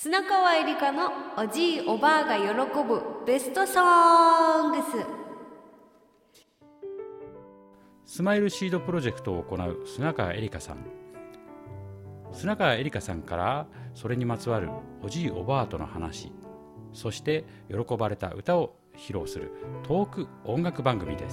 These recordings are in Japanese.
砂川えりかのおじいおばあが喜ぶベストソングス。 スマイルシードプロジェクトを行う砂川えりかさん。砂川えりかさんからそれにまつわるおじいおばあとの話、そして喜ばれた歌を披露するトーク音楽番組です。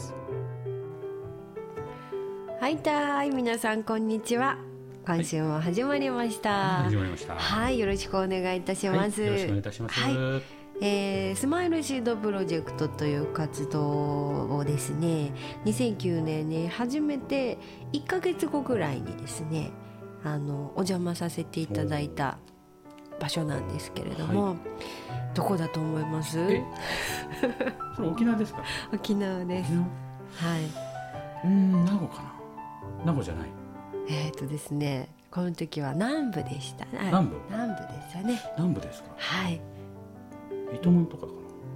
はいたい、皆さんこんにちは。今週も始まりました。 始まりました。 はい、よろしくお願いいたします。 よろしくお願いいたします。 スマイルシードプロジェクトという活動をですね、2009年に始めて1ヶ月後ぐらいにですね、お邪魔させていただいた場所なんですけれども、どこだと思います？ それ沖縄ですか？ 沖縄です。はい。 名護かな？名護じゃない。 ですね、この時は南部でした。 南部でしたね。 南部ですか？ はい。 糸満とかかな？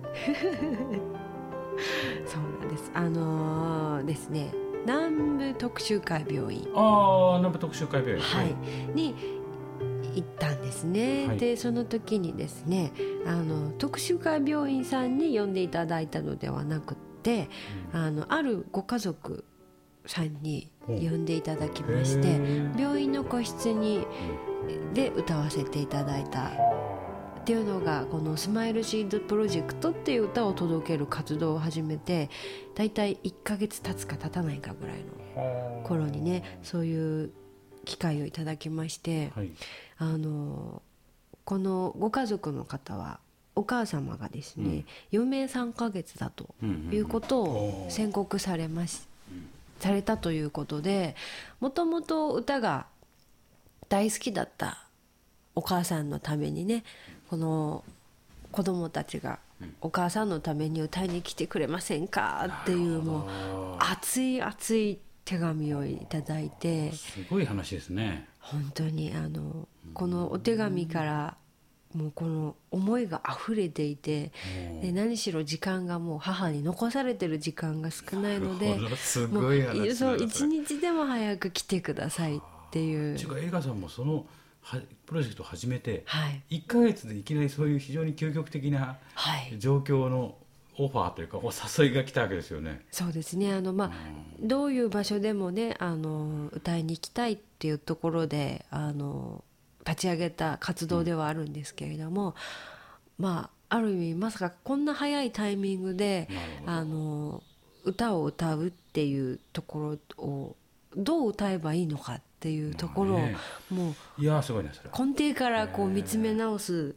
そうなんです。ですね、南部特集会病院。 南部特集会病院。 はい。に行ったんですね。はい、でその時にですね、特集会病院さんに呼んでいただいたのではなくて、あるご家族さんに呼んでいただきまして、病院の個室にで歌わせていただいたっていうのが、このスマイルシードプロジェクトっていう歌を届ける活動を始めてだいたい1ヶ月経つか経たないかぐらいの頃にね、そういう機会をいただきまして、はい、このご家族の方はお母様がですね、余命3ヶ月だということを宣告されました。されたということで、もともと歌が大好きだったお母さんのためにね、この子供たちがお母さんのために歌いに来てくれませんかっていう、もう熱い熱い手紙をいただいて、 すごい話ですね。 本当にこのお手紙からもうこの思いが溢れていて、で何しろ時間がもう母に残されてる時間が少ないので、 すごい話だな。 そう一日でも早く来てくださいっていう。 えりかさんもそのプロジェクトを始めて、1ヶ月でいきなりそういう非常に究極的な状況のオファーというかお誘いが来たわけですよね。 そうですね。どういう場所でもね、歌いに行きたいっていうところで立ち上げた活動ではあるんですけれども、ある意味まさかこんな早いタイミングで歌を歌うっていうところをどう歌えばいいのかっていうところを、もういやすごいね、それ根底からこう見つめ直す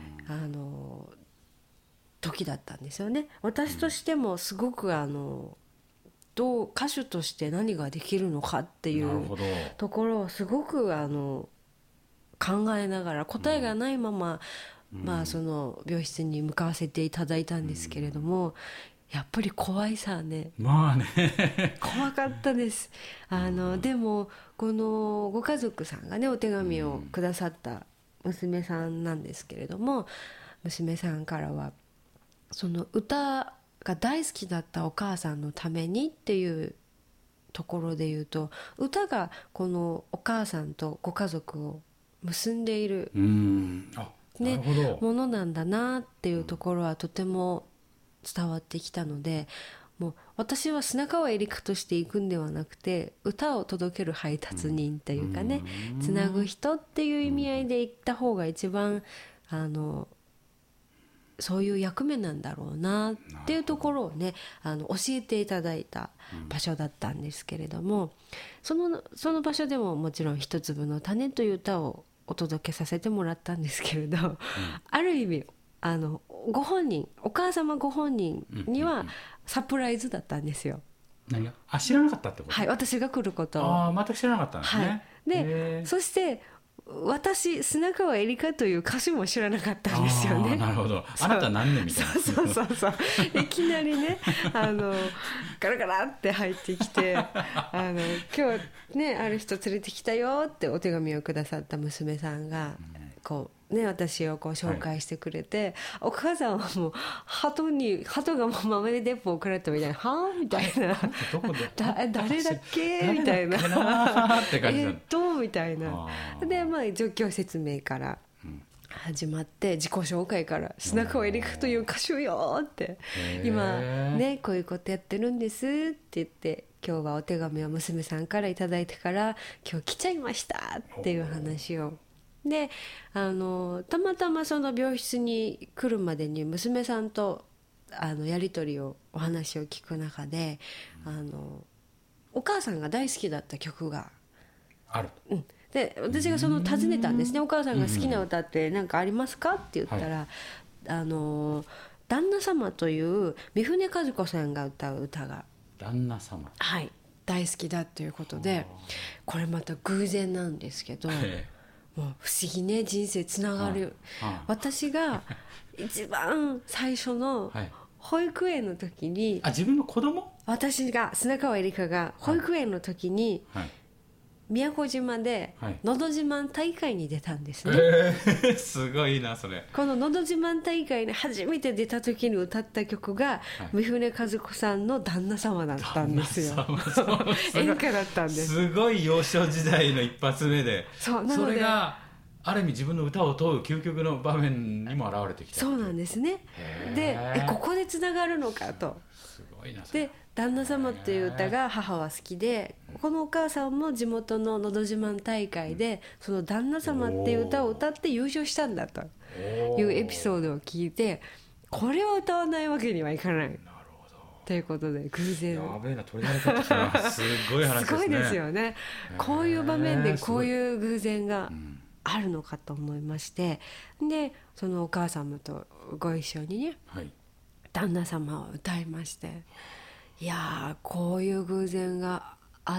時だったんですよね。私としてもすごくどう歌手として何ができるのかっていうところをすごく考えながら、答えがないまま、その病室に向かわせていただいたんですけれども、やっぱり怖いさね。怖かったです。でもこのご家族さんがね、お手紙をくださった娘さんなんですけれども、娘さんからはその歌が大好きだったお母さんのためにっていうところで言うと、歌がこのお母さんとご家族を結んでいる、ものなんだなっていうところはとても伝わってきたので、もう私は砂川えりかとして行くんではなくて、歌を届ける配達人っていうかね、つなぐ人っていう意味合いで行った方が一番そういう役目なんだろうなっていうところをね、教えていただいた場所だったんですけれども、その場所でももちろん一粒の種という歌をお届けさせてもらったんですけれど、ある意味ご本人、お母様ご本人にはサプライズだったんですよ。 何が？知らなかったってこと？ はい、私が来ることを全く知らなかったんですね。 でそして私、砂川えりかという歌手も知らなかったんですよね。 なるほど。あなた何年みたいな。 そういきなりねガラガラって入ってきて今日ね、ある人連れてきたよってお手紙をくださった娘さんがこうね、私をこう紹介してくれて、お母さんはもう鳩がもう豆鉄砲をくれたみたいな、はぁみたいな誰だっけみたいなみたいなで状況説明から始まって自己紹介から「砂川えりかという歌手よ」って「今ねこういうことやってるんです」って言って、今日はお手紙を娘さんからいただいてから今日来ちゃいましたっていう話を。でたまたまその病室に来るまでに娘さんとやり取りをお話を聞く中でお母さんが大好きだった曲がある、 で私が尋ねたんですね。お母さんが好きな歌って何かありますかって言ったら、旦那様という三船和子さんが歌う歌が旦那様、 大好きだということで、これまた偶然なんですけど、もう不思議ね、人生つながる。私が一番最初の保育園の時に、 自分の子供、 私が砂川えりかが保育園の時に、宮古島でのど自慢大会に出たんですね。 すごいなそれ。 こののど自慢大会に初めて出た時に歌った曲が、三船和子さんの旦那様だったんですよ。演歌だったんです。 すごい幼少時代の一発目で、 それがある意味自分の歌を問う究極の場面にも現れてきた。 そうなんですね。でここでつながるのかと。 すごいな。 で旦那様っていう歌が母は好きで、このお母さんも地元ののど自慢大会でその旦那様っていう歌を歌って優勝したんだというエピソードを聞いて、これを歌わないわけにはいかない。なるほど。ということで偶然。 やべえな、鳥だれたってのはすごい話ですね。 すごいですよね。こういう場面でこういう偶然があるのかと思いまして、でそのお母様とご一緒にね、旦那様を歌いまして、いやこういう偶然があって、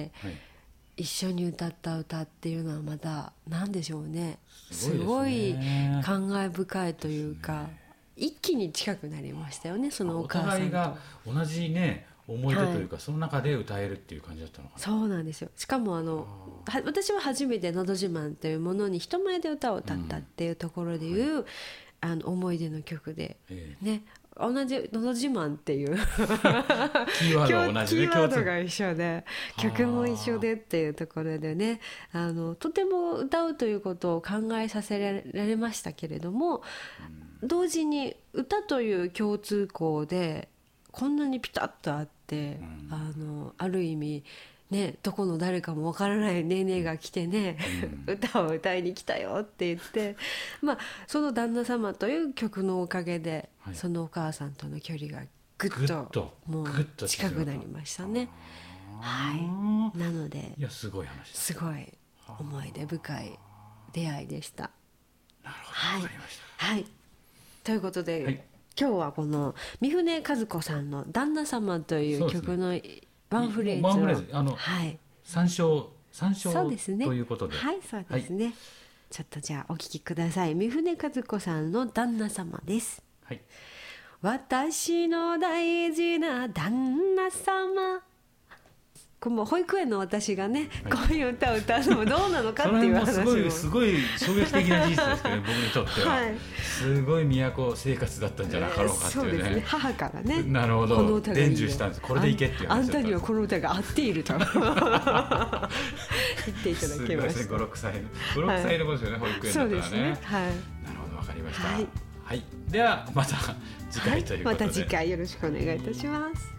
一緒に歌った歌っていうのはまた何でしょうね、すごい感慨深いというか、一気に近くなりましたよね、そのお母さんと。お互いが同じね思い出というか、その中で歌えるっていう感じだったのかな。 そうなんですよ。しかも私は初めてのど自慢というものに人前で歌を歌ったっていうところでいう、思い出の曲で、ね、同じのど自慢っていうキーワードが同じで、 キーワードが一緒で曲も一緒でっていうところでね、とても歌うということを考えさせられましたけれども、同時に歌という共通項でこんなにピタッとあって、ある意味ね、どこの誰かもわからないネーネーが来てね、歌を歌いに来たよって言って、その旦那様という曲のおかげで、そのお母さんとの距離がぐっともう近くなりましたね。なので、 いやすごい話、 すごい思い出深い出会いでした。 なるほど、わかりました。 ということで、今日はこの三船和子さんの旦那様という曲のワンフレーズを参照そうですね、 ということで、 そうですね、ちょっとじゃあお聞きください。三船和子さんの旦那様です。私の大事な旦那様。もう保育園の私がね、こういう歌を歌うのもどうなのかっていう話もすごい衝撃的な事実ですけど、僕にとっては、すごい都生活だったんじゃなかろうかっていうね。そうですね、 母からね、 なるほど、 この歌がいいよ、 伝授したんです。これでいけっていう話だったんです。 あんたにはこの歌が合っていると言っていただきました。 すごいですね、5、6歳のことですよね、保育園だったらね。 そうですね、 なるほど、わかりました。ではまた次回ということで、 また次回よろしくお願いいたします。